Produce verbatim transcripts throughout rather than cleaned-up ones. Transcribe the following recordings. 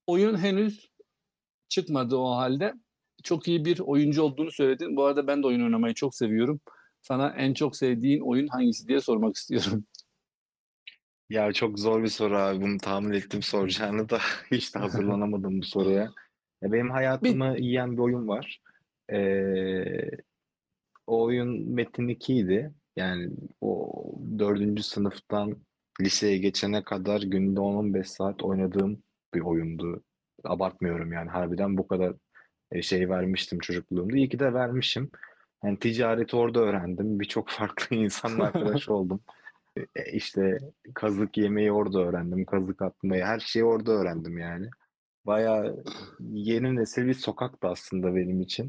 Oyun henüz çıkmadı o halde. Çok iyi bir oyuncu olduğunu söyledin. Bu arada ben de oyun oynamayı çok seviyorum. Sana en çok sevdiğin oyun hangisi diye sormak istiyorum. Ya çok zor bir soru abi. Bunu tahmin ettim soracağını da hiç de hazırlanamadım bu soruya. Ya benim Bir hayatımı yiyen bir oyun var. Ee, O oyun Metin ikiydi. Yani o dördüncü sınıftan liseye geçene kadar günde on on beş saat oynadığım bir oyundu. Abartmıyorum yani harbiden bu kadar e, şey vermiştim çocukluğumda. İyi ki de vermişim. Yani ticareti orada öğrendim. Birçok farklı insanla arkadaş oldum. E, işte kazık yemeyi orada öğrendim. Kazık atmayı, her şeyi orada öğrendim yani. Bayağı yeni nesil bir sokaktı aslında benim için.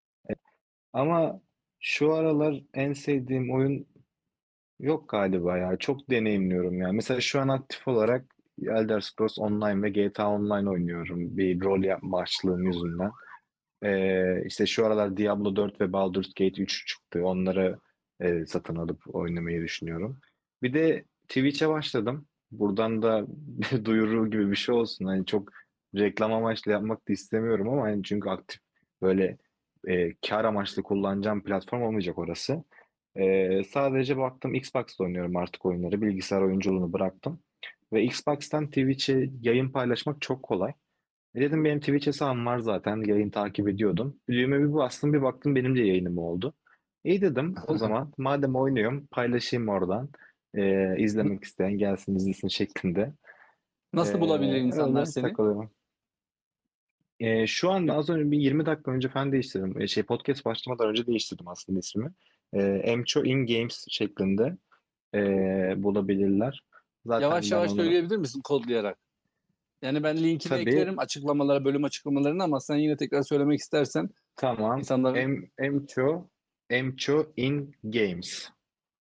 Ama şu aralar en sevdiğim oyun yok galiba ya. Çok deneyimliyorum ya. Mesela şu an aktif olarak Elder Scrolls Online ve G T A Online oynuyorum. Bir rol yapma açlığım yüzünden. Ee, işte şu aralar Diablo dört ve Baldur's Gate üç çıktı. Onları e, satın alıp oynamayı düşünüyorum. Bir de Twitch'e başladım. Buradan da bir duyuru gibi bir şey olsun. Hani çok reklam amaçlı yapmak da istemiyorum ama hani çünkü aktif böyle e, kar amaçlı kullanacağım platform olmayacak orası. E, sadece baktım Xbox'ta oynuyorum artık oyunları. Bilgisayar oyunculuğunu bıraktım. Ve Xbox'tan Twitch'e yayın paylaşmak çok kolay. E dedim benim Twitch hesabım var zaten. Yayın takip ediyordum. Düğme bir bastım bir baktım benim de yayınım oldu. İyi dedim o zaman madem oynuyorum paylaşayım oradan. E, izlemek isteyen gelsin izlesin şeklinde. E, nasıl bulabilir insanlar Öyle seni? takılıyorum. E, şu anda az önce bir yirmi dakika önce falan değiştirdim. E, şey podcast başlamadan önce değiştirdim aslında ismi. E, Emcho in Games şeklinde e, bulabilirler. Zaten Yavaş ben yavaş onu söyleyebilir misin kodlayarak? Yani ben linkini tabii eklerim açıklamalara, bölüm açıklamalarına ama sen yine tekrar söylemek istersen tamam. insanların Em, Emcho Emcho in Games.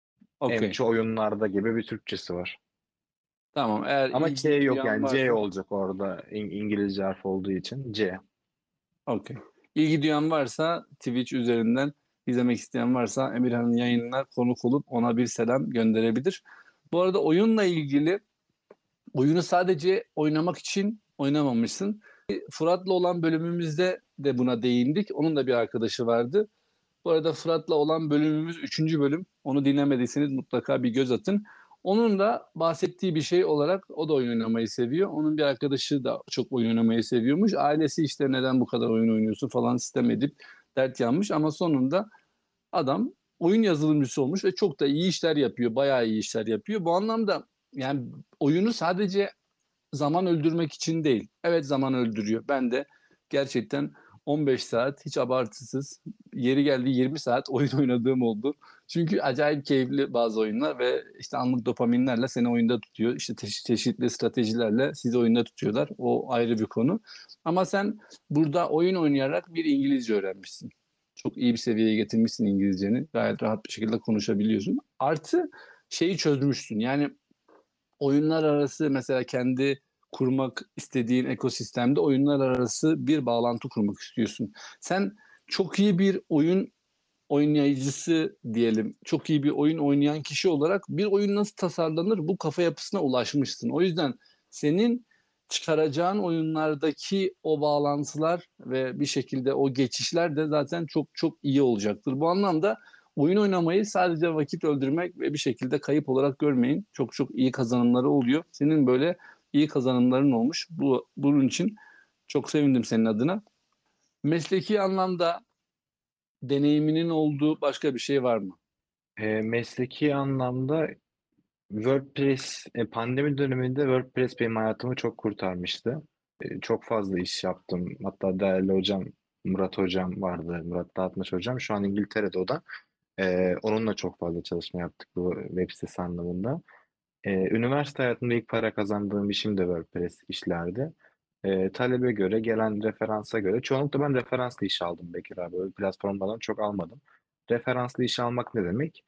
okey. Emçi oyunlarda gibi bir Türkçesi var. Tamam. Eğer Ama Ç ilgi yok duyan yani C varsa olacak orada İng- İngilizce harf olduğu için C. okey. İlgi duyan varsa Twitch üzerinden izlemek isteyen varsa Emirhan'ın yayınına konuk olup ona bir selam gönderebilir. Bu arada oyunla ilgili oyunu sadece oynamak için oynamamışsın. Fırat'la olan bölümümüzde de buna değindik. Onun da bir arkadaşı vardı. Bu arada Fırat'la olan bölümümüz üçüncü bölüm. Onu dinlemediyseniz mutlaka bir göz atın. Onun da bahsettiği bir şey olarak o da oyun oynamayı seviyor. Onun bir arkadaşı da çok oyun oynamayı seviyormuş. Ailesi işte neden bu kadar oyun oynuyorsun falan sistem edip dert yanmış. Ama sonunda adam oyun yazılımcısı olmuş ve çok da iyi işler yapıyor. Bayağı iyi işler yapıyor. Bu anlamda yani oyunu sadece zaman öldürmek için değil. Evet zaman öldürüyor. Ben de gerçekten on beş saat hiç abartısız yeri geldi yirmi saat oyun oynadığım oldu. Çünkü acayip keyifli bazı oyunlar ve işte anlık dopaminlerle seni oyunda tutuyor. İşte çeşit- çeşitli stratejilerle sizi oyunda tutuyorlar. O ayrı bir konu. Ama sen burada oyun oynayarak bir İngilizce öğrenmişsin. Çok iyi bir seviyeye getirmişsin İngilizceni. Gayet rahat bir şekilde konuşabiliyorsun. Artı şeyi çözmüşsün. Yani oyunlar arası mesela kendi kurmak istediğin ekosistemde oyunlar arası bir bağlantı kurmak istiyorsun. Sen çok iyi bir oyun oynayıcısı diyelim, çok iyi bir oyun oynayan kişi olarak bir oyun nasıl tasarlanır bu kafa yapısına ulaşmışsın. O yüzden senin çıkaracağın oyunlardaki o bağlantılar ve bir şekilde o geçişler de zaten çok çok iyi olacaktır. Bu anlamda oyun oynamayı sadece vakit öldürmek ve bir şekilde kayıp olarak görmeyin. Çok çok iyi kazanımları oluyor. Senin böyle iyi kazanımların olmuş. Bu, bunun için çok sevindim senin adına. Mesleki anlamda deneyiminin olduğu başka bir şey var mı? E, mesleki anlamda WordPress e, pandemi döneminde WordPress benim hayatımı çok kurtarmıştı. E, çok fazla iş yaptım. Hatta değerli hocam Murat hocam vardı. Murat Dağıtmış hocam. Şu an İngiltere'de o da. E, onunla çok fazla çalışma yaptık bu web sitesi anlamında. Ee, üniversite hayatımda ilk para kazandığım işim de WordPress işlerdi. Ee, talebe göre, gelen referansa göre. Çoğunlukla ben referanslı iş aldım Bekir abi. Öyle platformlardan çok almadım. Referanslı iş almak ne demek?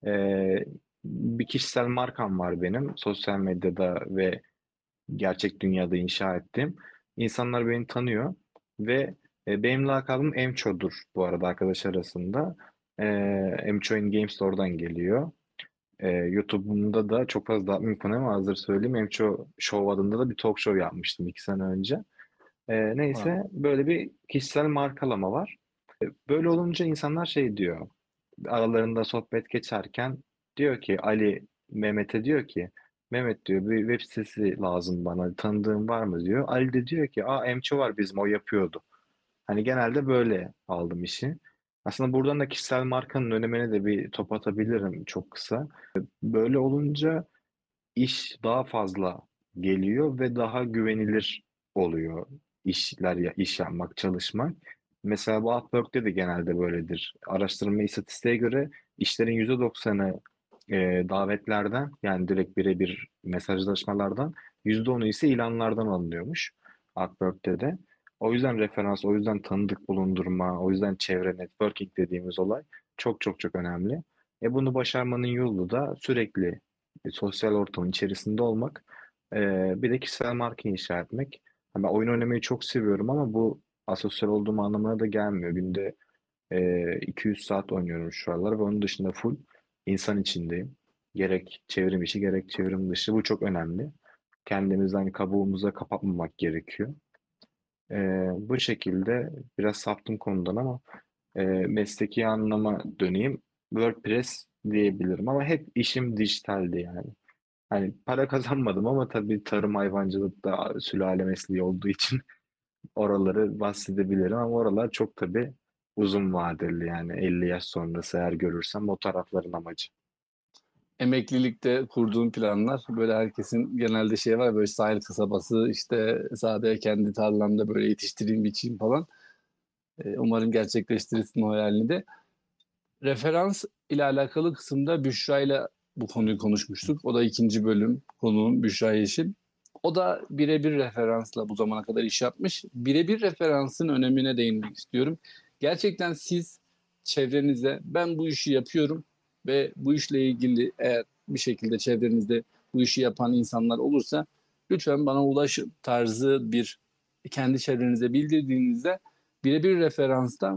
Ee, Bir kişisel markam var benim. Sosyal medyada ve gerçek dünyada inşa ettim. İnsanlar beni tanıyor ve e, benim lakabım Emcho'dur bu arada arkadaş arasında. Ee, Emcho in Games de oradan geliyor. Ee, YouTube'umda da çok fazla dağıtmayayım konuyu ama hazır söyleyeyim. Emço Show adında da bir talk show yapmıştım iki sene önce. Ee, Wow. neyse böyle bir kişisel markalama var. E, Böyle olunca insanlar şey diyor. Aralarında sohbet geçerken diyor ki Ali Mehmet'e diyor ki Mehmet diyor bir web sitesi lazım bana tanıdığın var mı diyor. Ali de diyor ki aa Emço var bizim o yapıyordu. Hani genelde böyle aldım işi. Aslında buradan da kişisel markanın önemine de bir top atabilirim çok kısa. Böyle olunca iş daha fazla geliyor ve daha güvenilir oluyor işler ya iş yapmak, çalışmak. Mesela bu Upwork'te de genelde böyledir. Araştırma istatistiğe göre işlerin yüzde doksanı e, davetlerden yani direkt birebir mesajlaşmalardan yüzde onu ise ilanlardan alınıyormuş Upwork'te de. O yüzden referans, o yüzden tanıdık bulundurma, o yüzden çevre networking dediğimiz olay çok çok çok önemli. E bunu başarmanın yolu da sürekli bir sosyal ortamın içerisinde olmak, eee, bir de kişisel marka inşa etmek. Ha, ben oyun oynamayı çok seviyorum ama bu asosyal olduğum anlamına da gelmiyor. Günde eee iki yüz saat oynuyorum şu aralar ve onun dışında full insan içindeyim. Gerek çevrim içi gerek çevrim dışı. Bu çok önemli. Kendimizden kabuğumuza kapatmamak gerekiyor. Eee, bu şekilde biraz saptım konudan ama eee, mesleki anlama döneyim. WordPress diyebilirim ama hep işim dijitaldi yani. Hani para kazanmadım ama tabii tarım hayvancılık da sülale mesleği olduğu için oraları bahsedebilirim ama oralar çok tabii uzun vadeli yani elli yaş sonrası eğer görürsem o tarafların amacı. Emeklilikte kurduğum planlar böyle herkesin genelde şey var böyle sahil kasabası işte sadece kendi tarlamda böyle yetiştireyim biçeyim falan. E, umarım gerçekleştirirsin o hayalini de. Referans ile alakalı kısımda Büşra ile bu konuyu konuşmuştuk. O da ikinci bölüm konuğum Büşra Yeşil. O da birebir referansla bu zamana kadar iş yapmış. Birebir referansın önemine değinmek istiyorum. Gerçekten siz çevrenize ben bu işi yapıyorum ve bu işle ilgili eğer bir şekilde çevrenizde bu işi yapan insanlar olursa lütfen bana ulaşın tarzı bir kendi çevrenize bildirdiğinizde birebir referansta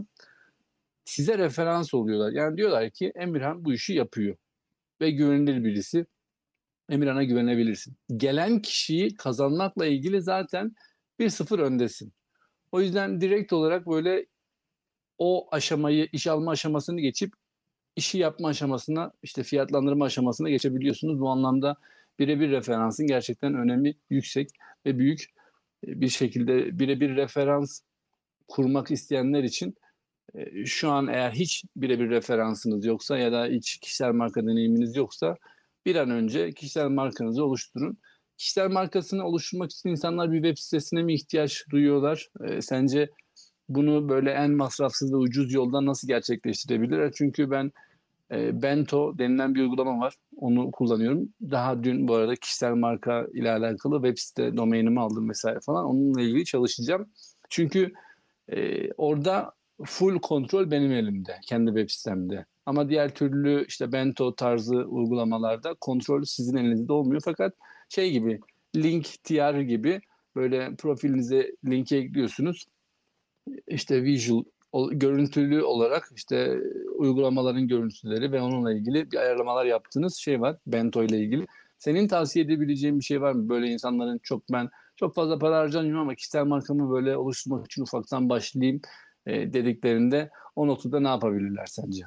size referans oluyorlar. Yani diyorlar ki Emirhan bu işi yapıyor ve güvenilir birisi. Emirhan'a güvenebilirsin. Gelen kişiyi kazanmakla ilgili zaten bir sıfır öndesin. O yüzden direkt olarak böyle o aşamayı, iş alma aşamasını geçip işi yapma aşamasına, işte fiyatlandırma aşamasına geçebiliyorsunuz. Bu anlamda birebir referansın gerçekten önemi yüksek ve büyük. Bir şekilde birebir referans kurmak isteyenler için E, şu an eğer hiç birebir referansınız yoksa ya da hiç kişisel marka deneyiminiz yoksa bir an önce kişisel markanızı oluşturun. Kişisel markasını oluşturmak için insanlar bir web sitesine mi ihtiyaç duyuyorlar? E, sence bunu böyle en masrafsız ve ucuz yoldan nasıl gerçekleştirebilirler? Çünkü ben e, Bento denilen bir uygulama var. Onu kullanıyorum. Daha dün bu arada kişisel marka ile alakalı web site domainimi aldım vesaire falan. Onunla ilgili çalışacağım. Çünkü ee, orada full kontrol benim elimde, kendi web sitemde. Ama diğer türlü işte Bento tarzı uygulamalarda kontrol sizin elinizde olmuyor. Fakat şey gibi, Link T R gibi böyle profilinize linki ekliyorsunuz. İşte visual, görüntülü olarak işte uygulamaların görüntüleri ve onunla ilgili bir ayarlamalar yaptığınız şey var Bento ile ilgili. Senin tavsiye edebileceğin bir şey var mı? Böyle insanların çok ben çok fazla para harcamıyorum ama kişisel markamı böyle oluşturmak için ufaktan başlayayım e, dediklerinde o noktada ne yapabilirler sence?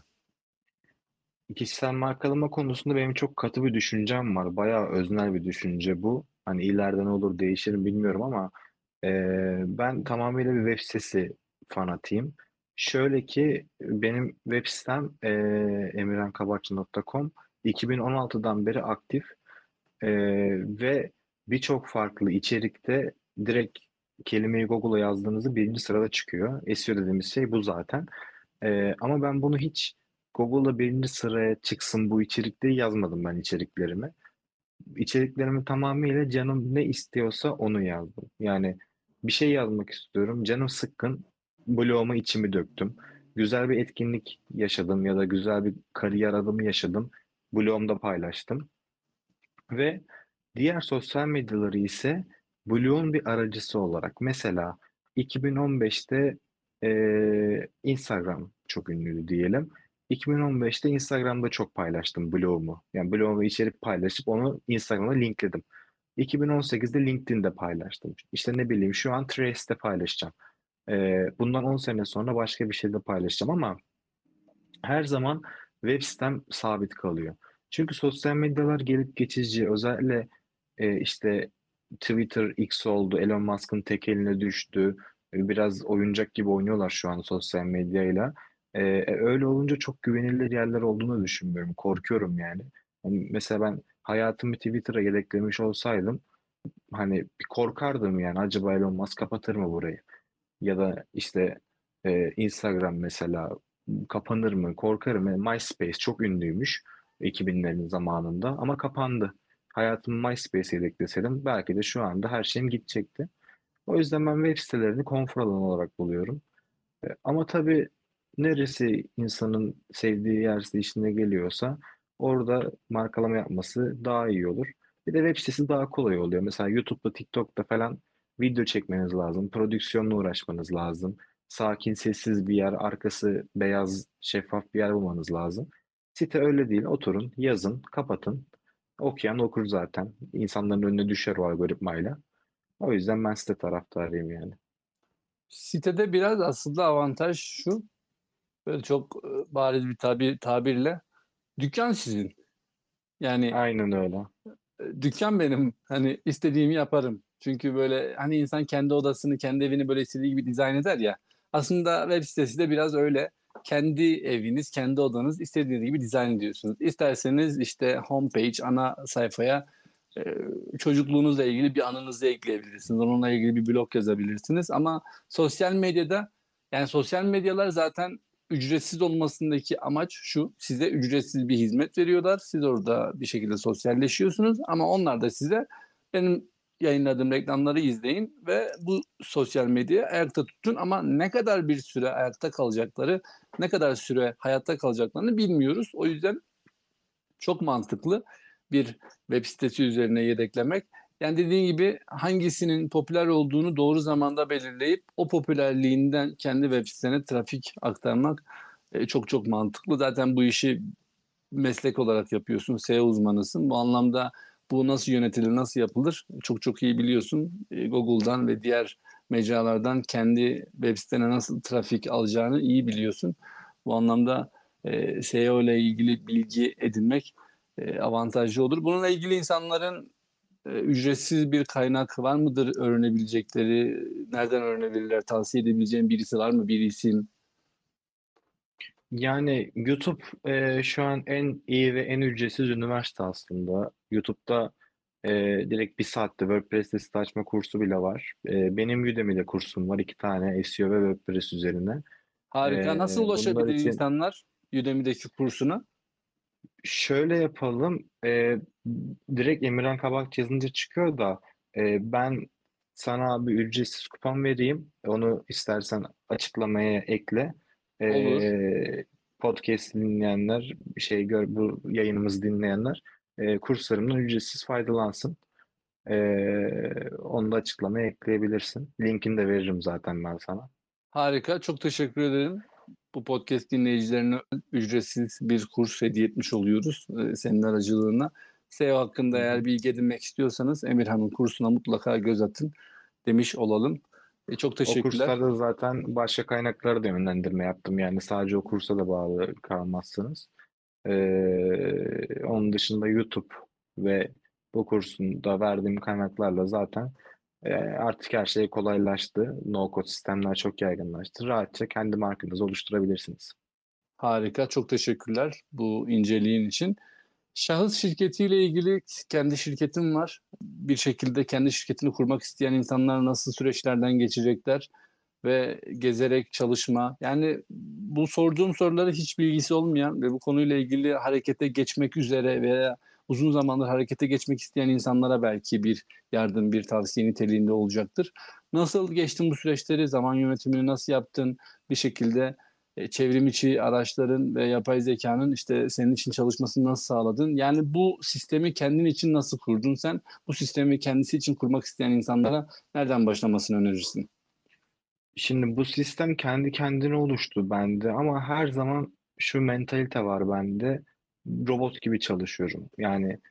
Kişisel markalama konusunda benim çok katı bir düşüncem var. Bayağı öznel bir düşünce bu. Hani ileride ne olur değişir mi bilmiyorum ama eee, ben tamamıyla bir web sitesi fanatıyım. Şöyle ki benim web sitem eee emirhankabakçı nokta com iki bin on altıdan beri aktif. Eee, ve birçok farklı içerikte direkt kelimeyi Google'a yazdığınızda birinci sırada çıkıyor. S E O dediğimiz şey bu zaten. Eee, ama ben bunu hiç Google'da birinci sıraya çıksın bu içerikleri yazmadım ben içeriklerimi. İçeriklerimi tamamıyla canım ne istiyorsa onu yazdım. Yani bir şey yazmak istiyorum. Canım sıkkın. Bloguma içimi döktüm. Güzel bir etkinlik yaşadım ya da güzel bir kariyer adımı yaşadım. Blogumda paylaştım. Ve diğer sosyal medyaları ise bloğun bir aracısı olarak. Mesela iki bin on beşte eee, Instagram çok ünlüydü diyelim. iki bin on beşte Instagram'da çok paylaştım blogumu. Yani blogumu içerik paylaşıp onu Instagram'a linkledim. iki bin on sekizde LinkedIn'de paylaştım. İşte ne bileyim şu an Threads'te paylaşacağım. Ee, bundan on sene sonra başka bir şeyde paylaşacağım ama her zaman web sitem sabit kalıyor. Çünkü sosyal medyalar gelip geçici. Özellikle e, işte Twitter X oldu, Elon Musk'ın tek eline düştü. E, Biraz oyuncak gibi oynuyorlar şu an sosyal medyayla. E, e, öyle olunca çok güvenilir yerler olduğunu düşünmüyorum. Korkuyorum yani. Hani mesela ben hayatımı Twitter'a yedeklemiş olsaydım hani bir korkardım yani. Acaba Elon Musk kapatır mı burayı? Ya da işte e, Instagram mesela kapanır mı? Korkarım. Yani MySpace çok ünlüymüş iki binlerin zamanında ama kapandı. Hayatımı MySpace'e ekleseydim belki de şu anda her şeyim gidecekti. O yüzden ben web sitelerini konfor alanı olarak buluyorum. E, Ama tabii neresi insanın sevdiği yerse işine geliyorsa orada markalama yapması daha iyi olur. Bir de web sitesi daha kolay oluyor. Mesela YouTube'da, TikTok'ta falan video çekmeniz lazım. Prodüksiyonla uğraşmanız lazım. Sakin, sessiz bir yer, arkası beyaz, şeffaf bir yer bulmanız lazım. Site öyle değil. Oturun, yazın, kapatın. Okuyan okur zaten. İnsanların önüne düşer o algoritmayla. O yüzden ben site taraftarıyım yani. Sitede biraz aslında avantaj şu, böyle çok e, bariz bir tabir, tabirle dükkan sizin. Yani Aynen öyle. e, dükkan benim. Hani istediğimi yaparım. Çünkü böyle hani insan kendi odasını, kendi evini böyle istediği gibi dizayn eder ya. Aslında web sitesi de biraz öyle. Kendi eviniz, kendi odanız istediğiniz gibi dizayn ediyorsunuz. İsterseniz işte homepage, ana sayfaya e, çocukluğunuzla ilgili bir anınızı ekleyebilirsiniz. Onunla ilgili bir blog yazabilirsiniz. Ama sosyal medyada, yani sosyal medyalar zaten ücretsiz olmasındaki amaç şu: size ücretsiz bir hizmet veriyorlar. Siz orada bir şekilde sosyalleşiyorsunuz ama onlar da size benim yayınladığım reklamları izleyin ve bu sosyal medyayı ayakta tutun, ama ne kadar bir süre ayakta kalacakları, ne kadar süre hayatta kalacaklarını bilmiyoruz. O yüzden çok mantıklı bir web sitesi üzerine yedeklemek. Yani dediğin gibi hangisinin popüler olduğunu doğru zamanda belirleyip o popülerliğinden kendi web sitene trafik aktarmak e, çok çok mantıklı. Zaten bu işi meslek olarak yapıyorsun, S E O uzmanısın. Bu anlamda bu nasıl yönetilir, nasıl yapılır çok çok iyi biliyorsun. E, Google'dan ve diğer mecralardan kendi web sitene nasıl trafik alacağını iyi biliyorsun. Bu anlamda e, S E O ile ilgili bilgi edinmek e, avantajlı olur. Bununla ilgili insanların e, ücretsiz bir kaynak var mıdır öğrenebilecekleri? Nereden öğrenebilirler? Tavsiye edebileceğin birisi var mı? Bir isim? Yani YouTube e, şu an en iyi ve en ücretsiz üniversite aslında. YouTube'da e, direkt bir saatte WordPress sitesi açma kursu bile var. E, benim Udemy'de kursum var, iki tane S E O ve WordPress üzerine. Harika. Nasıl E, bunlar ulaşabilir için insanlar Udemy'deki kursuna? şöyle yapalım. E, direkt Emirhan Kabakçı yazınca çıkıyor da e, ben sana bir ücretsiz kupon vereyim. Onu istersen açıklamaya ekle. Olur. E, Podcast dinleyenler, şey gör, bu yayınımızı dinleyenler e, kurslarımdan ücretsiz faydalansın. E, Onu da açıklamaya ekleyebilirsin. Linkini de veririm zaten ben sana. Harika. Çok teşekkür ederim. Bu podcast dinleyicilerine ücretsiz bir kurs hediye etmiş oluyoruz e, senin aracılığına. S E O Hı hakkında hı. eğer bilgi edinmek istiyorsanız Emirhan'ın kursuna mutlaka göz atın demiş olalım. E, çok O teşekkürler. kurslarda zaten başka kaynaklara da yönlendirme yaptım. Yani sadece o kursa da bağlı kalmazsınız. Ee, onun dışında YouTube ve bu kursun da verdiğim kaynaklarla zaten e, artık her şey kolaylaştı. No-code sistemler çok yaygınlaştı. Rahatça kendi markanızı oluşturabilirsiniz. Harika. Çok teşekkürler bu inceliğin için. Şahıs şirketiyle ilgili kendi şirketim var. Bir şekilde kendi şirketini kurmak isteyen insanlar nasıl süreçlerden geçecekler ve gezerek çalışma. Yani bu sorduğum soruları hiç bilgisi olmayan ve bu konuyla ilgili harekete geçmek üzere veya uzun zamandır harekete geçmek isteyen insanlara belki bir yardım, bir tavsiye niteliğinde olacaktır. Nasıl geçtin bu süreçleri? Zaman yönetimini nasıl yaptın? Bir şekilde e, çevrim içi araçların ve yapay zekanın işte senin için çalışmasını nasıl sağladın? Yani bu sistemi kendin için nasıl kurdun sen? Bu sistemi kendisi için kurmak isteyen insanlara nereden başlamasını önerirsin? Şimdi bu sistem kendi kendine oluştu bende ama her zaman şu mentalite var bende. Robot gibi çalışıyorum. Yani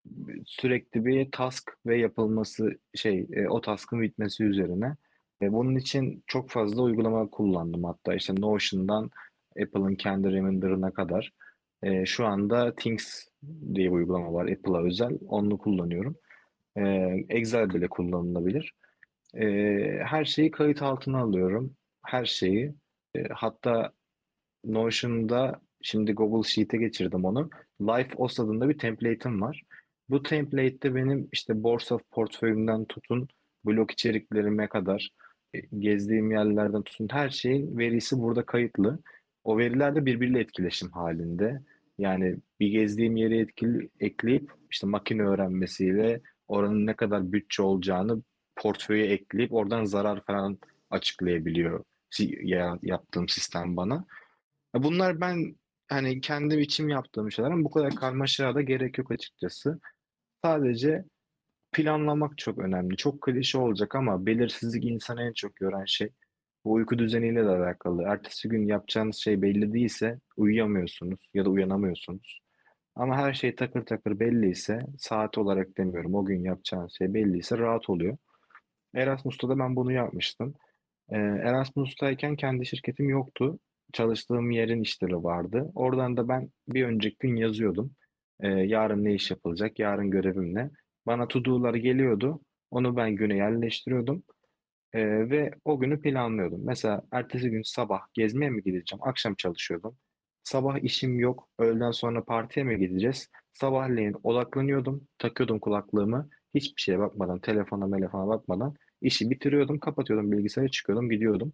sürekli bir task ve yapılması şey e, o task'ın bitmesi üzerine. E, bunun için çok fazla uygulama kullandım, hatta işte Notion'dan Apple'ın kendi Reminder'ına kadar. E, şu anda Things diye bir uygulama var, Apple'a özel. Onu kullanıyorum. E, Excel bile kullanılabilir. E, Her şeyi kayıt altına alıyorum. Her şeyi. E, hatta Notion'da şimdi Google Sheet'e geçirdim onu. LifeOS adında bir template'im var. Bu template'te benim işte borsa portföyümden tutun blog içeriklerime kadar, e, gezdiğim yerlerden tutun her şeyin verisi burada kayıtlı. O veriler de birbiriyle etkileşim halinde. Yani bir gezdiğim yeri etkili, ekleyip işte makine öğrenmesiyle oranın ne kadar bütçe olacağını portföye ekleyip oradan zarar falan açıklayabiliyor si- ya- yaptığım sistem bana. Ya bunlar ben hani kendi biçim yaptığım şeyler ama bu kadar karmaşaya da gerek yok açıkçası. Sadece planlamak çok önemli. Çok klişe olacak ama belirsizlik insanı en çok yoran şey. Bu uyku düzeniyle de alakalı. Ertesi gün yapacağınız şey belli değilse uyuyamıyorsunuz ya da uyanamıyorsunuz. Ama her şey takır takır belliyse, saat olarak demiyorum, o gün yapacağınız şey belliyse rahat oluyor. Erasmus'ta da ben bunu yapmıştım. Ee, Erasmus'tayken kendi şirketim yoktu. Çalıştığım yerin işleri vardı. Oradan da ben bir önceki gün yazıyordum. Ee, yarın ne iş yapılacak, yarın görevim ne. Bana to-do'lar geliyordu. Onu ben güne yerleştiriyordum. Ee, ve o günü planlıyordum. Mesela ertesi gün sabah gezmeye mi gideceğim? Akşam çalışıyordum. Sabah işim yok. Öğleden sonra partiye mi gideceğiz? Sabahleyin odaklanıyordum. Takıyordum kulaklığımı. Hiçbir şeye bakmadan, telefona, telefona bakmadan işi bitiriyordum. Kapatıyordum bilgisayarı, çıkıyordum, gidiyordum.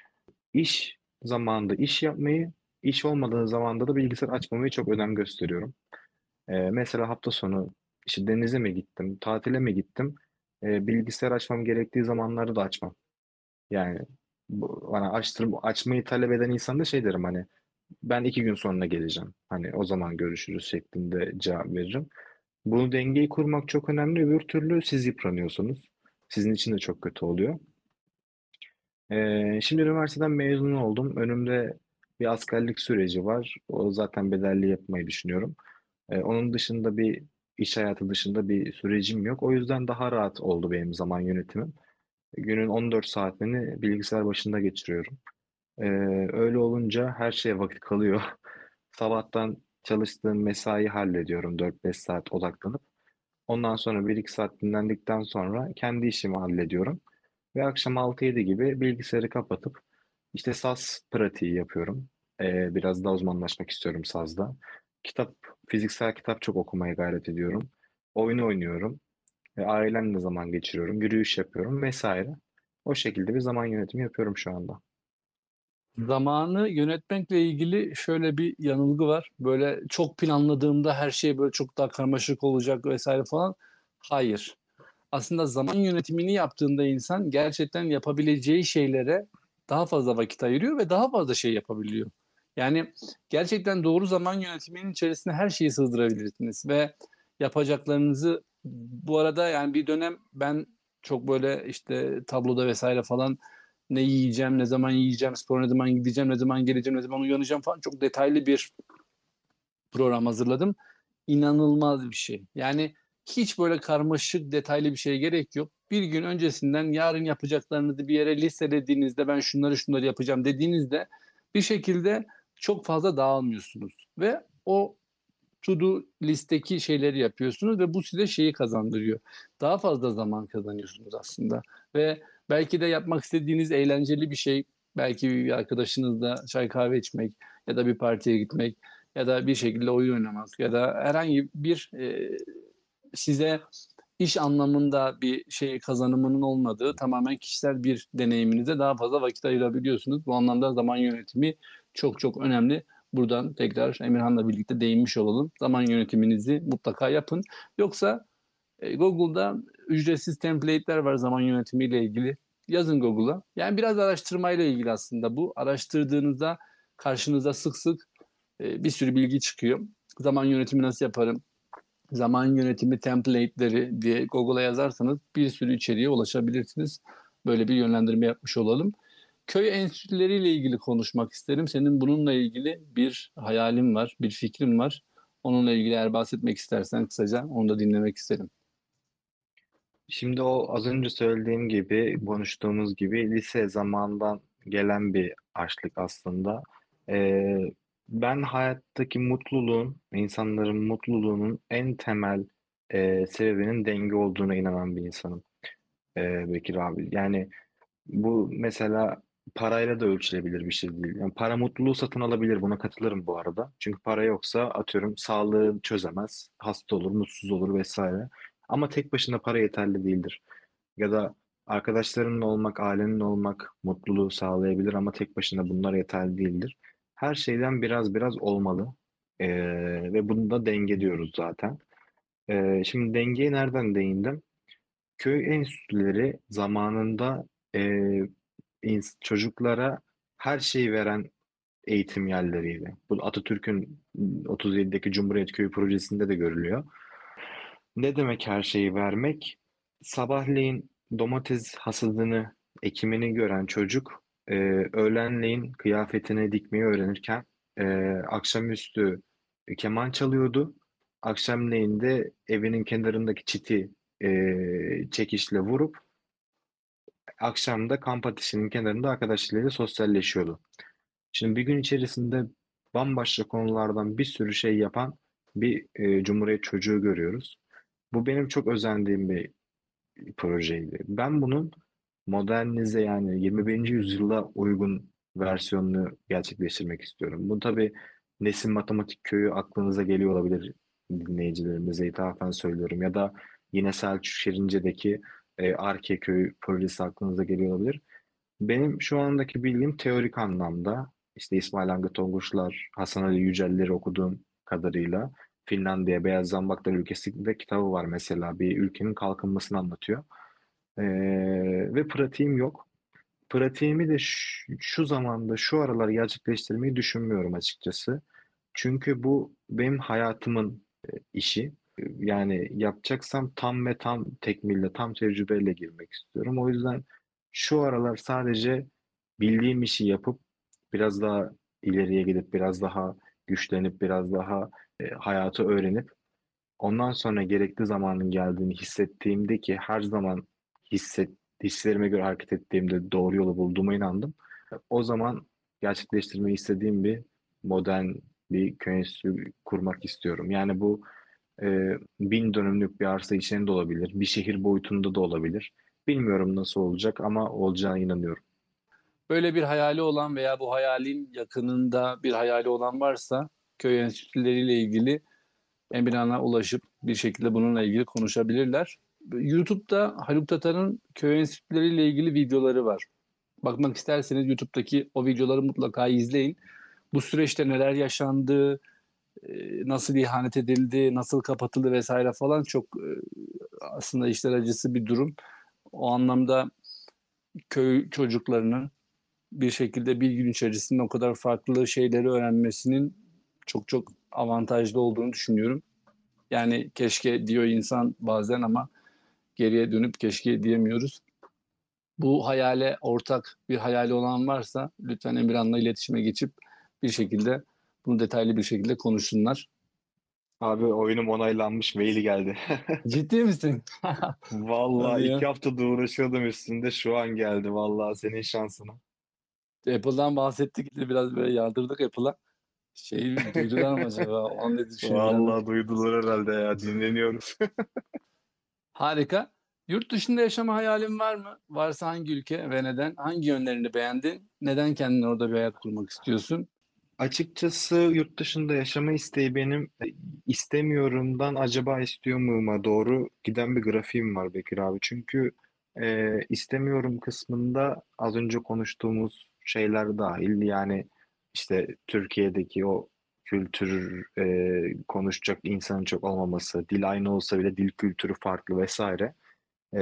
İş zamanında iş yapmayı, iş olmadığı zamanda da bilgisayar açmamayı çok önem gösteriyorum. Ee, mesela hafta sonu işte denize mi gittim, tatile mi gittim? Ee, bilgisayar açmam gerektiği zamanlarda da açmam. Yani bu, bana açtır, açmayı talep eden insan da şey derim, hani ben iki gün sonra geleceğim. Hani o zaman görüşürüz şeklinde cevap veririm. Bunu dengeyi kurmak çok önemli. Öbür türlü siz yıpranıyorsunuz. Sizin için de çok kötü oluyor. Ee, şimdi üniversiteden mezun oldum. Önümde bir askerlik süreci var. O zaten bedelli yapmayı düşünüyorum. Ee, onun dışında bir iş hayatı dışında bir sürecim yok. O yüzden daha rahat oldu benim zaman yönetimim. Günün on dört saatini bilgisayar başında geçiriyorum. Ee, Öyle olunca her şeye vakit kalıyor. Sabahtan çalıştığım mesai hallediyorum dört beş saat odaklanıp. Ondan sonra bir iki saat dinlendikten sonra kendi işimi hallediyorum. Ve akşam altı yedi gibi bilgisayarı kapatıp işte saz pratiği yapıyorum. Ee, biraz daha uzmanlaşmak istiyorum sazda. Kitap, fiziksel kitap çok okumaya gayret ediyorum. Oyun oynuyorum. Ve ailemle zaman geçiriyorum. Yürüyüş yapıyorum vesaire. O şekilde bir zaman yönetimi yapıyorum şu anda. Zamanı yönetmekle ilgili şöyle bir yanılgı var. Böyle çok planladığımda her şey böyle çok daha karmaşık olacak vesaire falan. Hayır. Aslında zaman yönetimini yaptığında insan gerçekten yapabileceği şeylere daha fazla vakit ayırıyor ve daha fazla şey yapabiliyor. Yani gerçekten doğru zaman yönetiminin içerisine her şeyi sığdırabilirsiniz ve yapacaklarınızı bu arada yani bir dönem ben çok böyle işte tabloda vesaire falan ne yiyeceğim, ne zaman yiyeceğim, spor ne zaman gideceğim, ne zaman geleceğim, ne zaman uyanacağım falan çok detaylı bir program hazırladım. İnanılmaz bir şey. Yani hiç böyle karmaşık, detaylı bir şeye gerek yok. Bir gün öncesinden yarın yapacaklarınızı bir yere listelediğinizde ben şunları şunları yapacağım dediğinizde bir şekilde çok fazla dağılmıyorsunuz. Ve o to-do listeki şeyleri yapıyorsunuz ve bu size şeyi kazandırıyor. Daha fazla zaman kazanıyorsunuz aslında. Ve belki de yapmak istediğiniz eğlenceli bir şey, belki bir arkadaşınızla çay kahve içmek ya da bir partiye gitmek ya da bir şekilde oyun oynamak ya da herhangi bir e, size iş anlamında bir şey kazanımının olmadığı tamamen kişisel bir deneyiminize daha fazla vakit ayırabiliyorsunuz. Bu anlamda zaman yönetimi çok çok önemli. Buradan tekrar Emirhan'la birlikte değinmiş olalım. Zaman yönetiminizi mutlaka yapın. Yoksa e, Google'da ücretsiz template'ler var zaman yönetimiyle ilgili. Yazın Google'a. Yani biraz araştırmayla ilgili aslında bu. Araştırdığınızda karşınıza sık sık e, bir sürü bilgi çıkıyor. Zaman yönetimi nasıl yaparım? Zaman yönetimi template'leri diye Google'a yazarsanız bir sürü içeriğe ulaşabilirsiniz. Böyle bir yönlendirme yapmış olalım. Köy enstitüleriyle ilgili konuşmak isterim. Senin bununla ilgili bir hayalin var, bir fikrin var. Onunla ilgili eğer bahsetmek istersen kısaca onu da dinlemek isterim. Şimdi o az önce söylediğim gibi, konuştuğumuz gibi lise zamandan gelen bir açlık aslında. Ee, Ben hayattaki mutluluğun, insanların mutluluğunun en temel e, sebebinin denge olduğuna inanan bir insanım. Ee, Bekir abi. Yani bu mesela parayla da ölçülebilir bir şey değil. Yani para mutluluğu satın alabilir. Buna katılırım bu arada. Çünkü para yoksa atıyorum sağlığı çözemez. Hasta olur, mutsuz olur vesaire. Ama tek başına para yeterli değildir. Ya da arkadaşlarınla olmak, ailenle olmak mutluluğu sağlayabilir ama tek başına bunlar yeterli değildir. Her şeyden biraz biraz olmalı. Ee, Ve bunu da denge diyoruz zaten. Ee, şimdi dengeye nereden değindim? Köy enstitüleri zamanında e, ins- çocuklara her şeyi veren eğitim yerleriydi. Bu Atatürk'ün otuz yedideki Cumhuriyet Köyü projesinde de görülüyor. Ne demek her şeyi vermek? Sabahleyin domates hasadını, ekimini gören çocuk, e, öğlenleyin kıyafetini dikmeyi öğrenirken e, akşamüstü keman çalıyordu. Akşamleyin de evinin kenarındaki çiti e, çekişle vurup akşam da kamp ateşinin kenarında arkadaşlarıyla sosyalleşiyordu. Şimdi bir gün içerisinde bambaşka konulardan bir sürü şey yapan bir e, Cumhuriyet çocuğu görüyoruz. Bu benim çok özendiğim bir projeydi. Ben bunun modernize yani yirmi birinci yüzyıla uygun versiyonunu gerçekleştirmek istiyorum. Bu tabii Nesin Matematik Köyü aklınıza geliyor olabilir dinleyicilerimize ithafen söylüyorum. Ya da yine Selçuk Şirince'deki e, Arke Köyü projesi aklınıza geliyor olabilir. Benim şu andaki bilgim teorik anlamda işte İsmail Hakkı Tonguçlar, Hasan Ali Yücelleri okuduğum kadarıyla Finlandiya Beyaz Zambaklar ülkesinde kitabı var mesela bir ülkenin kalkınmasını anlatıyor. Ee, Ve pratiğim yok. Pratiğimi de şu, şu zamanda şu aralar gerçekleştirmeyi düşünmüyorum açıkçası. Çünkü bu benim hayatımın e, işi. Yani yapacaksam tam ve tam tekmille, tam tecrübeyle girmek istiyorum. O yüzden şu aralar sadece bildiğim işi yapıp biraz daha ileriye gidip biraz daha güçlenip biraz daha e, hayatı öğrenip ondan sonra gerekli zamanın geldiğini hissettiğimde ki her zaman hisset, hislerime göre hareket ettiğimde doğru yolu bulduğuma inandım. O zaman gerçekleştirmeyi istediğim bir modern bir köy enstitüsü kurmak istiyorum. Yani bu e, bin dönümlük bir arsa içinde de olabilir, bir şehir boyutunda da olabilir. Bilmiyorum nasıl olacak ama olacağına inanıyorum. Böyle bir hayali olan veya bu hayalin yakınında bir hayali olan varsa köy enstitüleriyle ilgili Emirhan'a ulaşıp bir şekilde bununla ilgili konuşabilirler. YouTube'da Haluk Tatar'ın köy enstitüleriyle ilgili videoları var. Bakmak isterseniz YouTube'daki o videoları mutlaka izleyin. Bu süreçte neler yaşandı, e, nasıl ihanet edildi, nasıl kapatıldı vesaire falan çok e, aslında işler acısı bir durum. O anlamda köy çocuklarının bir şekilde bir gün içerisinde o kadar farklı şeyleri öğrenmesinin çok çok avantajlı olduğunu düşünüyorum. Yani keşke diyor insan bazen ama geriye dönüp keşke diyemiyoruz. Bu hayale ortak bir hayali olan varsa lütfen Emirhan'la iletişime geçip bir şekilde bunu detaylı bir şekilde konuşsunlar. Abi oyunum onaylanmış maili geldi. Ciddi misin? Hadi Vallahi iki ya. haftadır uğraşıyordum üstünde şu an geldi vallahi senin şansına. Apple'dan bahsettik de biraz böyle yardırdık Apple'a. Şey duydular mı acaba? O an ne düşündüler? Vallahi duydular herhalde ya dinleniyoruz. Harika. Yurt dışında yaşama hayalin var mı? Varsa hangi ülke ve neden? Hangi yönlerini beğendin? Neden kendine orada bir hayat kurmak istiyorsun? Açıkçası yurt dışında yaşama isteği benim e, istemiyorumdan acaba istiyor muyum'a doğru giden bir grafiğim var Bekir abi. Çünkü e, istemiyorum kısmında az önce konuştuğumuz şeyler dahil. Yani işte Türkiye'deki o kültür e, konuşacak insanın çok olmaması, dil aynı olsa bile dil kültürü farklı vesaire. E,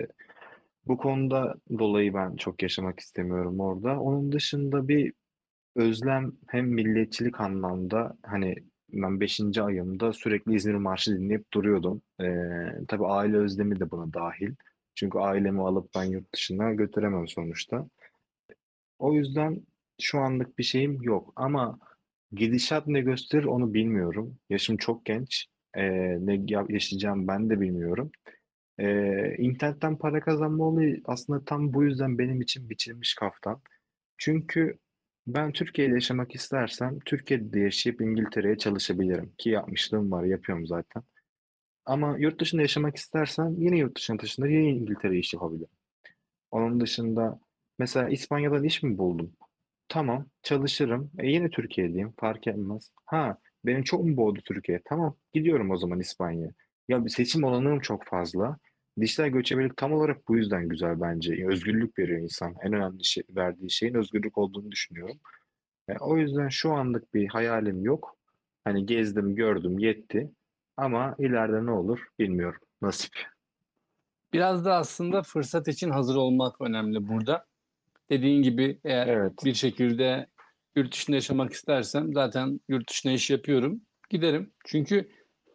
Bu konuda dolayı ben çok yaşamak istemiyorum orada. Onun dışında bir özlem hem milliyetçilik anlamda hani ben beşinci ayımda sürekli İzmir Marşı dinleyip duruyordum. Ee, tabii aile özlemi de buna dahil. Çünkü ailemi alıp ben yurt dışına götüremem sonuçta. O yüzden şu anlık bir şeyim yok ama Gidişat ne gösterir onu bilmiyorum. Yaşım çok genç. Ee, ne ya- yaşayacağım ben de bilmiyorum. Ee, internetten para kazanma olayı aslında tam bu yüzden benim için biçilmiş kaftan. Çünkü ben Türkiye'de yaşamak istersem Türkiye'de yaşayıp İngiltere'ye çalışabilirim. Ki yapmışlığım var, yapıyorum zaten. Ama yurt dışında yaşamak istersem yine yurt dışına taşınır, yine İngiltere'ye iş yapabilirim. Onun dışında mesela İspanya'dan iş mi buldum? Tamam, çalışırım. E yine Türkiye'deyim, fark etmez. Ha, benim çok mu boğdu Türkiye? Tamam, gidiyorum o zaman İspanya'ya. Ya bir seçim olanağım çok fazla. Dijital göçebelik tam olarak bu yüzden güzel bence. Özgürlük veriyor insan. En önemli şey, verdiği şeyin özgürlük olduğunu düşünüyorum. E, o yüzden şu anlık bir hayalim yok. Hani gezdim, gördüm, yetti. Ama ileride ne olur bilmiyorum. Nasip. Biraz da aslında fırsat için hazır olmak önemli burada. Dediğin gibi eğer Evet. bir şekilde yurt dışında yaşamak istersem zaten yurt dışına iş yapıyorum. Giderim. Çünkü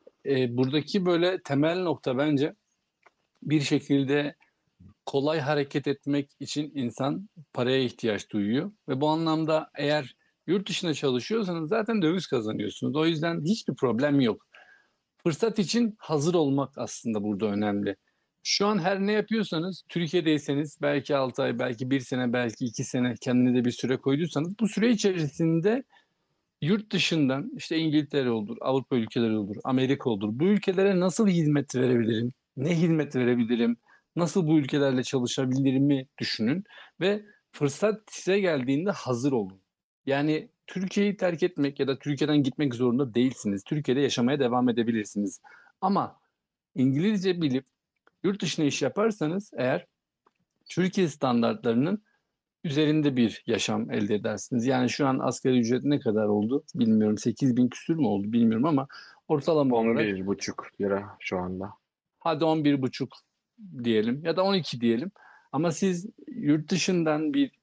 e, buradaki böyle temel nokta bence bir şekilde kolay hareket etmek için insan paraya ihtiyaç duyuyor. Ve bu anlamda eğer yurt dışında çalışıyorsanız zaten döviz kazanıyorsunuz. O yüzden hiçbir problem yok. Fırsat için hazır olmak aslında burada önemli. Şu an her ne yapıyorsanız, Türkiye'deyseniz belki altı ay, belki bir sene, belki iki sene kendinize bir süre koyduysanız bu süre içerisinde yurt dışından işte İngiltere olur, Avrupa ülkeleri olur, Amerika olur. Bu ülkelere nasıl hizmet verebilirim? Ne hizmet verebilirim? Nasıl bu ülkelerle çalışabilirimi düşünün ve fırsat size geldiğinde hazır olun. Yani Türkiye'yi terk etmek ya da Türkiye'den gitmek zorunda değilsiniz. Türkiye'de yaşamaya devam edebilirsiniz. Ama İngilizce bilip yurt dışına iş yaparsanız eğer Türkiye standartlarının üzerinde bir yaşam elde edersiniz. Yani şu an asgari ücret ne kadar oldu bilmiyorum. sekiz bin küsür mü oldu bilmiyorum ama ortalama olarak on bir buçuk lira şu anda. hadi on bir buçuk diyelim ya da on iki diyelim. Ama siz yurt dışından bir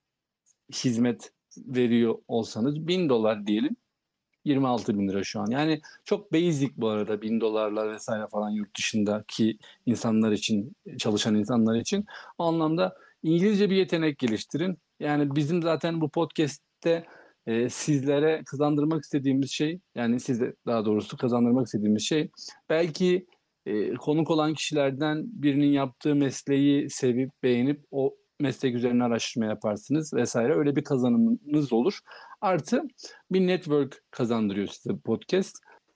hizmet veriyor olsanız bin dolar diyelim. yirmi altı bin lira şu an. Yani çok basic bu arada bin dolarlar vesaire falan yurt dışındaki insanlar için, çalışan insanlar için. O anlamda İngilizce bir yetenek geliştirin. Yani bizim zaten bu podcast'te e, sizlere kazandırmak istediğimiz şey, yani size daha doğrusu kazandırmak istediğimiz şey belki e, konuk olan kişilerden birinin yaptığı mesleği sevip beğenip o meslek üzerine araştırma yaparsınız vesaire. Öyle bir kazanımınız olur. Artı bir network kazandırıyor size bu podcast.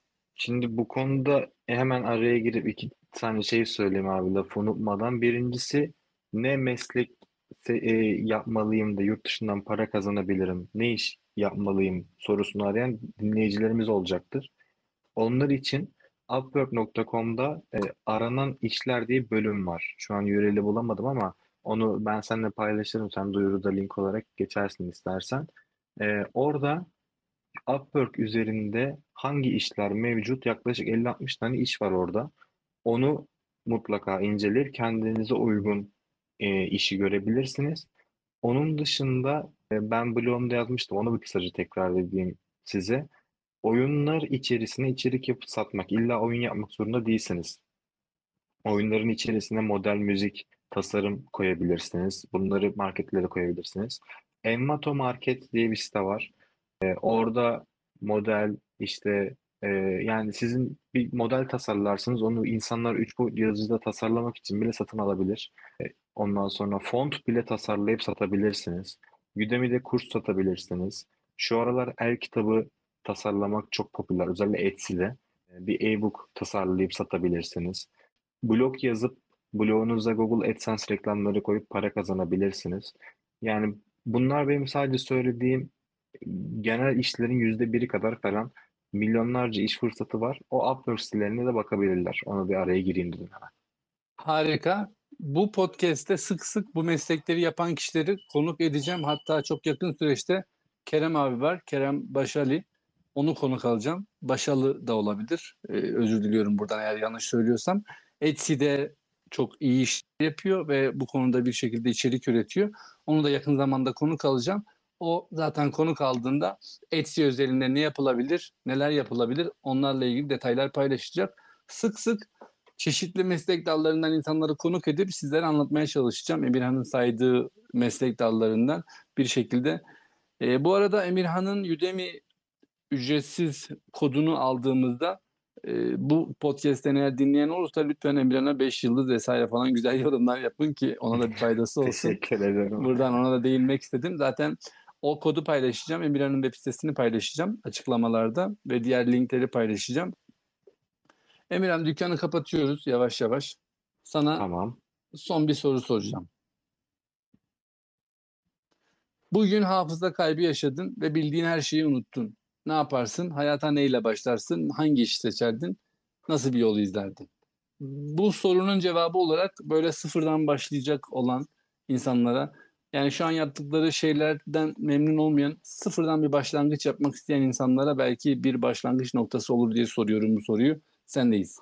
Şimdi bu konuda hemen araya girip iki tane şey söyleyeyim abi lafı unutmadan. Birincisi ne meslek se- e, yapmalıyım da yurt dışından para kazanabilirim, ne iş yapmalıyım sorusunu arayan dinleyicilerimiz olacaktır. Onlar için upwork nokta com'da e, aranan işler diye bir bölüm var. Şu an U R L'i bulamadım ama onu ben seninle paylaşırım. Sen duyuruda link olarak geçersin istersen. E, orada Upwork üzerinde hangi işler mevcut? Yaklaşık elli altmış tane iş var orada. Onu mutlaka inceleyip kendinize uygun e, işi görebilirsiniz. Onun dışında e, ben blogumda yazmıştım. Onu bir kısaca tekrar edeyim size. Oyunlar içerisine içerik yapıp satmak. İlla oyun yapmak zorunda değilsiniz. Oyunların içerisine model, müzik, tasarım koyabilirsiniz. Bunları marketlere koyabilirsiniz. Envato Market diye bir site var. E, orada model işte e, yani sizin bir model tasarlarsınız. Onu insanlar üç boyutlu yazıcıda tasarlamak için bile satın alabilir. E, ondan sonra font bile tasarlayıp satabilirsiniz. Udemy'de kurs satabilirsiniz. Şu aralar el kitabı tasarlamak çok popüler. Özellikle Etsy'de. E, bir e-book tasarlayıp satabilirsiniz. Blog yazıp blogunuza Google AdSense reklamları koyup para kazanabilirsiniz. Yani bunlar benim sadece söylediğim genel işlerin yüzde biri kadar falan milyonlarca iş fırsatı var. O Upwork sitelerine de bakabilirler. Ona bir araya gireyim dedim hemen. Harika. Bu podcast'te sık sık bu meslekleri yapan kişileri konuk edeceğim. Hatta çok yakın süreçte Kerem abi var. Kerem Başali. Onu konuk alacağım. Başalı da olabilir. Ee, özür diliyorum buradan eğer yanlış söylüyorsam. Etsy'de çok iyi iş yapıyor ve bu konuda bir şekilde içerik üretiyor. Onu da yakın zamanda konuk alacağım. O zaten konuk aldığında Etsy özelinde ne yapılabilir, neler yapılabilir onlarla ilgili detaylar paylaşacak. Sık sık çeşitli meslek dallarından insanları konuk edip sizlere anlatmaya çalışacağım. Emirhan'ın saydığı meslek dallarından bir şekilde. E, bu arada Emirhan'ın Udemy ücretsiz kodunu aldığımızda e, bu podcast'ten eğer dinleyen olursa lütfen Emirhan'a beş yıldız vesaire falan güzel yorumlar yapın ki ona da bir faydası olsun. Teşekkür ederim. Buradan ona da değinmek istedim. Zaten o kodu paylaşacağım. Emirhan'ın web sitesini paylaşacağım açıklamalarda ve diğer linkleri paylaşacağım. Emirhan, dükkanı kapatıyoruz yavaş yavaş. Sana Tamam. son bir soru soracağım. Bugün hafıza kaybı yaşadın ve bildiğin her şeyi unuttun. Ne yaparsın? Hayata neyle başlarsın? Hangi işi seçerdin? Nasıl bir yolu izlerdin? Bu sorunun cevabı olarak böyle sıfırdan başlayacak olan insanlara, yani şu an yaptıkları şeylerden memnun olmayan, sıfırdan bir başlangıç yapmak isteyen insanlara belki bir başlangıç noktası olur diye soruyorum bu soruyu. Sendeyiz.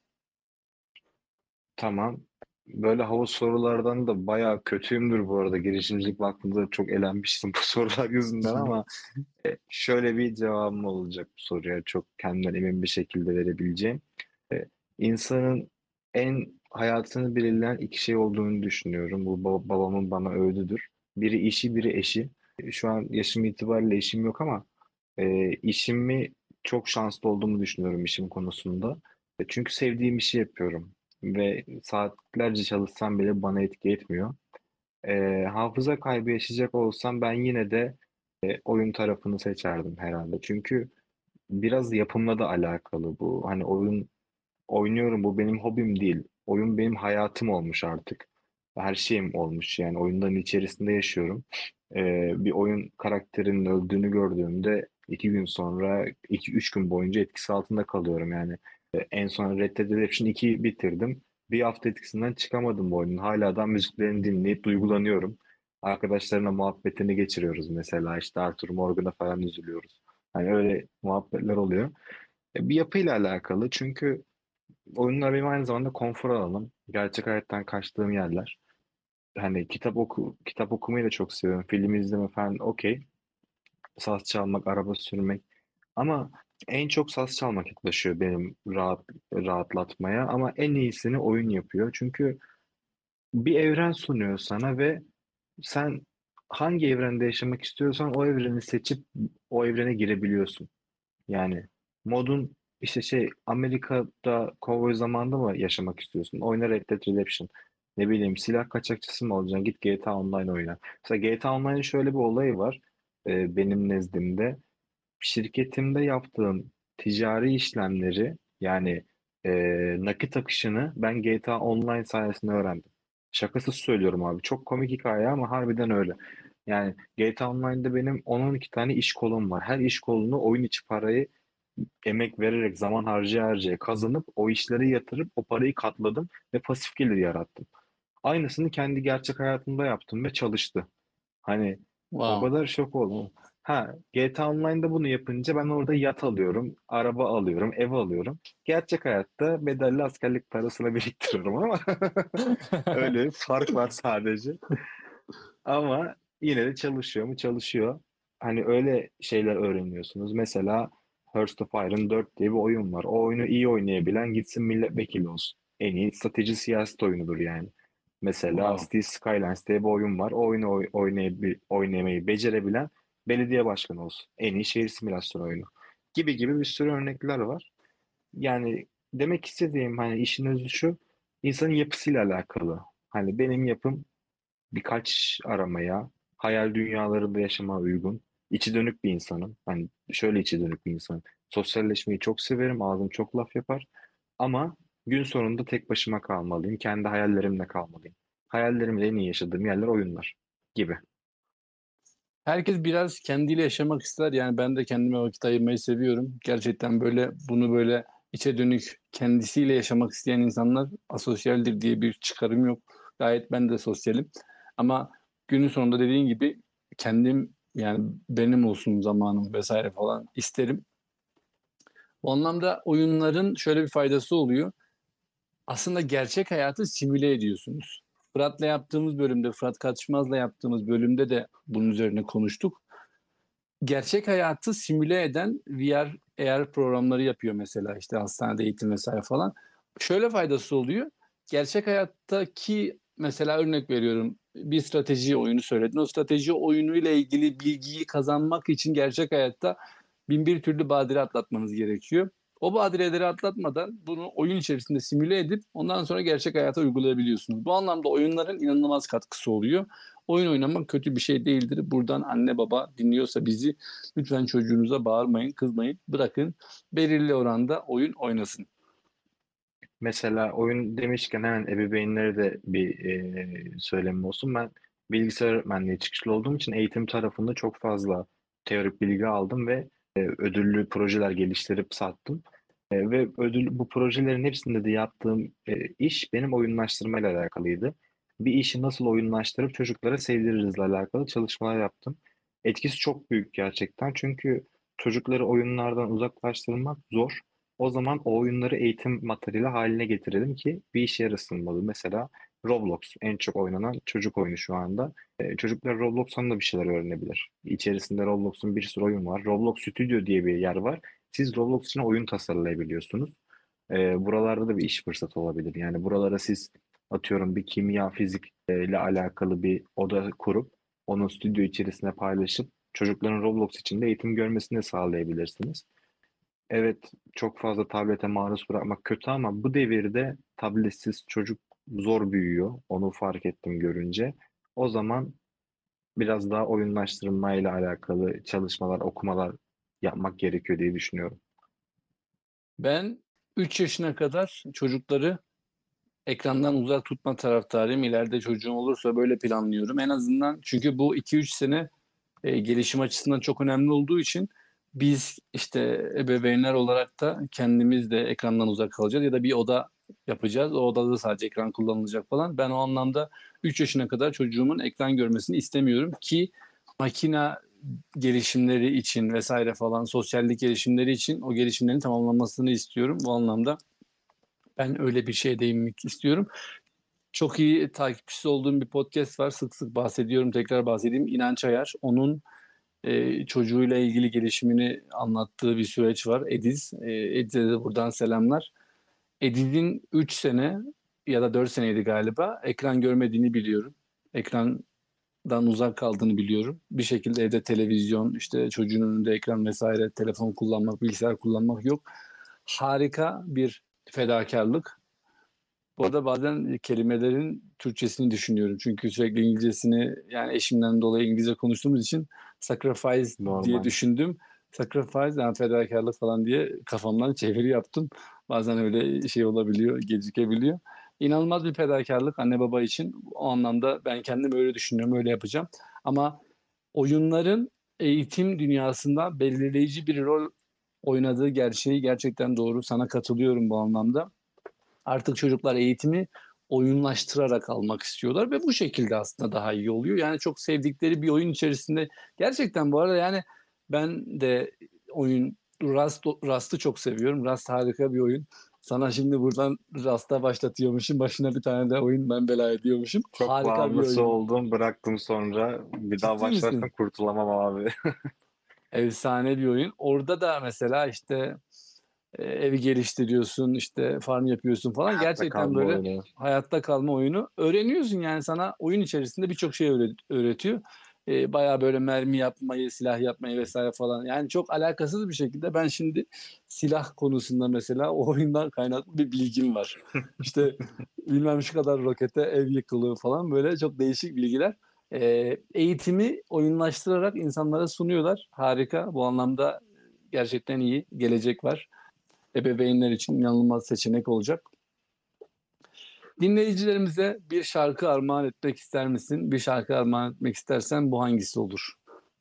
Tamam. Böyle havuz sorulardan da bayağı kötüyümdür bu arada. Girişimcilik vakfında çok elenmiştim bu sorular yüzünden ama e, şöyle bir cevabım olacak bu soruya. Çok kendimden emin bir şekilde verebileceğim. E, insanın en hayatını belirleyen iki şey olduğunu düşünüyorum. Bu ba- babamın bana öğüdüdür. Biri işi, biri eşi. E, Şu an yaşım itibariyle eşim yok ama e, işimi çok şanslı olduğumu düşünüyorum işim konusunda. E, Çünkü sevdiğim işi yapıyorum ve saatlerce çalışsam bile bana etki etmiyor. E, hafıza kaybı yaşayacak olsam ben yine de e, oyun tarafını seçerdim herhalde. Çünkü biraz yapımla da alakalı bu. Hani oyun oynuyorum, bu benim hobim değil. Oyun benim hayatım olmuş artık. Her şeyim olmuş yani oyunların içerisinde yaşıyorum. Ee, bir oyun karakterinin öldüğünü gördüğümde iki gün sonra, iki üç gün boyunca etkisi altında kalıyorum yani. Ee, en son Red Dead Redemption ikiyi bitirdim. Bir hafta etkisinden çıkamadım bu oyunun. Hala da müziklerini dinleyip duygulanıyorum. Arkadaşlarına muhabbetini geçiriyoruz mesela. İşte Arthur Morgan'a falan üzülüyoruz. Hani öyle muhabbetler oluyor. E, Bir yapıyla alakalı çünkü oyunlar benim aynı zamanda konfor alanım. Gerçek hayattan kaçtığım yerler. Hani kitap oku kitap okumayı da çok seviyorum. Film izleme falan okey. Saz çalmak, araba sürmek. Ama en çok saz çalmak yaklaşıyor benim rahat rahatlatmaya. Ama en iyisini oyun yapıyor. Çünkü bir evren sunuyor sana ve sen hangi evrende yaşamak istiyorsan o evreni seçip o evrene girebiliyorsun. Yani modun işte şey Amerika'da kovboy zamanında mı yaşamak istiyorsun? Oyna Red Dead Redemption. Ne bileyim silah kaçakçısı mı olacaksın? Git G T A Online oyna. Mesela G T A Online'ın şöyle bir olayı var e, benim nezdimde. Şirketimde yaptığım ticari işlemleri yani e, nakit akışını ben G T A Online sayesinde öğrendim. Şakasız söylüyorum abi. Çok komik hikaye ama harbiden öyle. Yani G T A Online'da benim on on iki tane iş kolum var. Her iş kolunu oyun içi parayı emek vererek, zaman harcaya harcaya kazanıp o işleri yatırıp o parayı katladım ve pasif gelir yarattım. Aynısını kendi gerçek hayatımda yaptım ve çalıştı. Hani o Wow. kadar şok oldum. Ha, G T A Online'da bunu yapınca ben orada yat alıyorum, araba alıyorum, ev alıyorum. Gerçek hayatta bedelli askerlik parasını biriktiriyorum ama öyle bir fark var sadece. Ama yine de çalışıyor mu? Çalışıyor. Hani öyle şeyler öğreniyorsunuz. Mesela Hearts of Iron dört diye bir oyun var. O oyunu iyi oynayabilen gitsin milletvekili olsun. En iyi strateji siyaset oyunudur yani. Mesela Wow. Cities Skylines diye bir oyun var. O oyunu oy- oynayabil oynamayı becerebilen belediye başkanı olsun. En iyi şehir simülasyonu oyunu. Gibi gibi bir sürü örnekler var. Yani demek istediğim hani işin özü şu, insanın yapısıyla alakalı. Hani benim yapım birkaç aramaya, hayal dünyalarında yaşamaya uygun, içi dönük bir insanım. Hani şöyle içi dönük bir insanım. Sosyalleşmeyi çok severim, ağzım çok laf yapar. Ama gün sonunda tek başıma kalmalıyım, kendi hayallerimle kalmalıyım. Hayallerimle en iyi yaşadığım yerler oyunlar gibi. Herkes biraz kendiyle yaşamak ister. Yani ben de kendime vakit ayırmayı seviyorum. Gerçekten böyle bunu böyle içe dönük kendisiyle yaşamak isteyen insanlar asosyaldir diye bir çıkarım yok. Gayet ben de sosyalim. Ama günün sonunda dediğin gibi kendim, yani benim olsun zamanım vesaire falan isterim. Bu anlamda oyunların şöyle bir faydası oluyor. Aslında gerçek hayatı simüle ediyorsunuz. Fırat'la yaptığımız bölümde, Fırat Katışmaz'la yaptığımız bölümde de bunun üzerine konuştuk. Gerçek hayatı simüle eden V R, A R programları yapıyor mesela, işte hastanede eğitim vesaire falan. Şöyle faydası oluyor. Gerçek hayattaki, mesela örnek veriyorum, bir strateji oyunu söyledin. O strateji oyunu ile ilgili bilgiyi kazanmak için gerçek hayatta bin bir türlü badire atlatmanız gerekiyor. O badireleri atlatmadan bunu oyun içerisinde simüle edip ondan sonra gerçek hayata uygulayabiliyorsunuz. Bu anlamda oyunların inanılmaz katkısı oluyor. Oyun oynamak kötü bir şey değildir. Buradan anne baba dinliyorsa bizi lütfen çocuğunuza bağırmayın, kızmayın. Bırakın belirli oranda oyun oynasın. Mesela oyun demişken hemen ebeveynlere de bir e, söylemim olsun. Ben bilgisayar öğretmenliği çıkışlı olduğum için eğitim tarafında çok fazla teorik bilgi aldım ve e, ödüllü projeler geliştirip sattım. E, ve ödül bu projelerin hepsinde de yaptığım e, iş benim oyunlaştırmayla alakalıydı. Bir işi nasıl oyunlaştırıp çocuklara sevdiririzle alakalı çalışmalar yaptım. Etkisi çok büyük gerçekten. Çünkü çocukları oyunlardan uzaklaştırmak zor. O zaman o oyunları eğitim materyali haline getirelim ki bir işe yarasın. Mesela Roblox en çok oynanan çocuk oyunu şu anda. Ee, çocuklar Roblox'tan da bir şeyler öğrenebilir. İçerisinde Roblox'un bir sürü oyun var. Roblox Studio diye bir yer var. Siz Roblox için oyun tasarlayabiliyorsunuz. Ee, buralarda da bir iş fırsatı olabilir. Yani buralara siz atıyorum bir kimya, fizik e, ile alakalı bir oda kurup onu stüdyo içerisine paylaşıp çocukların Roblox içinde eğitim görmesini sağlayabilirsiniz. Evet, çok fazla tablete maruz bırakmak kötü ama bu devirde tabletsiz çocuk zor büyüyor. Onu fark ettim görünce. O zaman biraz daha oyunlaştırmayla alakalı çalışmalar, okumalar yapmak gerekiyor diye düşünüyorum. Ben üç yaşına kadar çocukları ekrandan uzak tutma taraftarıyım. İleride çocuğum olursa böyle planlıyorum. En azından çünkü bu iki üç sene e, gelişim açısından çok önemli olduğu için biz işte ebeveynler olarak da kendimiz de ekrandan uzak kalacağız ya da bir oda yapacağız. O odada sadece ekran kullanılacak falan. Ben o anlamda üç yaşına kadar çocuğumun ekran görmesini istemiyorum ki makina gelişimleri için vesaire falan sosyallik gelişimleri için o gelişimlerin tamamlanmasını istiyorum. Bu anlamda ben öyle bir şeye değinmek istiyorum. Çok iyi takipçisi olduğum bir podcast var. Sık sık bahsediyorum. Tekrar bahsedeyim. İnanç Ayar. Onun e, çocuğuyla ilgili gelişimini anlattığı bir süreç var. Ediz. E, Ediz'e de buradan selamlar. Ediz'in üç sene ya da dört seneydi galiba. Ekran görmediğini biliyorum. Ekrandan uzak kaldığını biliyorum. Bir şekilde evde televizyon, işte çocuğun önünde ekran vesaire, telefon kullanmak, bilgisayar kullanmak yok. Harika bir fedakarlık. Bu arada bazen kelimelerin Türkçesini düşünüyorum. Çünkü sürekli İngilizcesini yani eşimden dolayı İngilizce konuştuğumuz için sacrifice diye Normal. düşündüm. Sacrifice yani fedakarlık falan diye kafamdan çeviri yaptım. Bazen öyle şey olabiliyor, gecikebiliyor. İnanılmaz bir fedakarlık anne baba için. O anlamda ben kendim öyle düşünüyorum, öyle yapacağım. Ama oyunların eğitim dünyasında belirleyici bir rol oynadığı gerçeği gerçekten doğru. Sana katılıyorum bu anlamda. Artık çocuklar eğitimi oyunlaştırarak almak istiyorlar ve bu şekilde aslında daha iyi oluyor. Yani çok sevdikleri bir oyun içerisinde gerçekten bu arada yani ben de oyun Rust, Rust'ı çok seviyorum. Rust harika bir oyun. Sana şimdi buradan Rust'a başlatıyormuşum. Başına bir tane de oyun ben bela ediyormuşum. Çok Harika bir bağımlısı oyun. oldum, bıraktım sonra. Bir daha Ciddi başlarsam misin? kurtulamam abi. Efsane bir oyun. Orada da mesela işte e, evi geliştiriyorsun, işte farm yapıyorsun falan. Hayatta Gerçekten kalma böyle oyunu. hayatta kalma oyunu. Öğreniyorsun yani sana oyun içerisinde birçok şey öğret- öğretiyor. E, bayağı böyle mermi yapmayı, silah yapmayı vesaire falan. Yani çok alakasız bir şekilde ben şimdi silah konusunda mesela o oyundan kaynaklı bir bilgim var. İşte bilmem şu kadar rokete ev yıkılıyor falan böyle çok değişik bilgiler. E, eğitimi oyunlaştırarak insanlara sunuyorlar. Harika. Bu anlamda gerçekten iyi. Gelecek var. Ebeveynler için inanılmaz seçenek olacak. Dinleyicilerimize bir şarkı armağan etmek ister misin? Bir şarkı armağan etmek istersen bu hangisi olur?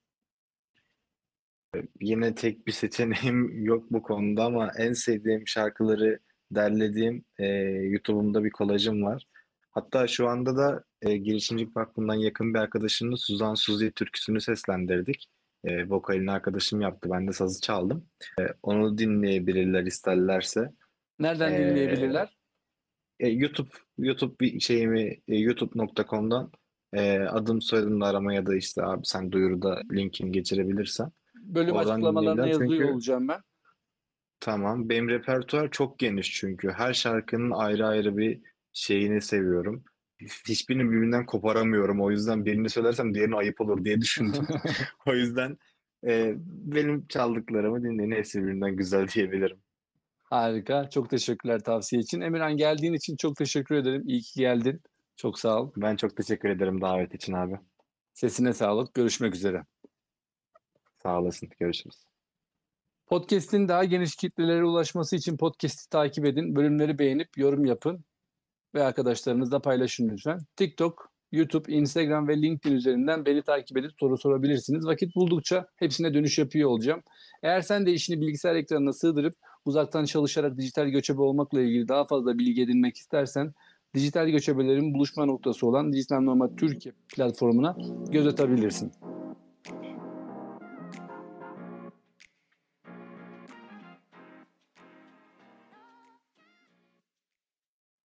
Yine tek bir seçeneğim yok bu konuda ama en sevdiğim şarkıları derlediğim e, YouTube'umda bir kolajım var. Hatta şu anda da e, Girişimcilik Vakfı'ndan yakın bir arkadaşımla Suzan Suzi türküsünü seslendirdik. E, vokalini arkadaşım yaptı. Ben de sazı çaldım. E, onu dinleyebilirler isterlerse. Nereden E, dinleyebilirler? e, YouTube YouTube bir şeyimi e, youtube nokta com'dan e, adım soyadımla arama ya da işte abi sen duyuruda linkini geçirebilirsen Bölüm oradan açıklamalarına dinleyebilirler. yazıyor Çünkü olacağım ben. tamam. Benim repertuar çok geniş çünkü. Her şarkının ayrı ayrı bir şeyini seviyorum. Hiçbirini birbirinden koparamıyorum. O yüzden birini söylersem diğerini ayıp olur diye düşündüm. O yüzden Ee, benim çaldıklarımı dinleyin. Hepsi birbirinden güzel diyebilirim. Harika. Çok teşekkürler tavsiye için. Emirhan, geldiğin için çok teşekkür ederim. İyi ki geldin. Çok sağ ol. Ben çok teşekkür ederim davet için abi. Sesine sağlık. Görüşmek üzere. Sağ olasın. Görüşürüz. Podcast'in daha geniş kitlelere ulaşması için podcast'i takip edin. Bölümleri beğenip yorum yapın ve arkadaşlarınızla paylaşın lütfen. TikTok, YouTube, Instagram ve LinkedIn üzerinden beni takip edip soru sorabilirsiniz. Vakit buldukça hepsine dönüş yapıyor olacağım. Eğer sen de işini bilgisayar ekranına sığdırıp uzaktan çalışarak dijital göçebe olmakla ilgili daha fazla bilgi edinmek istersen, dijital göçebelerin buluşma noktası olan Dijital Nomad Türkiye platformuna göz atabilirsin.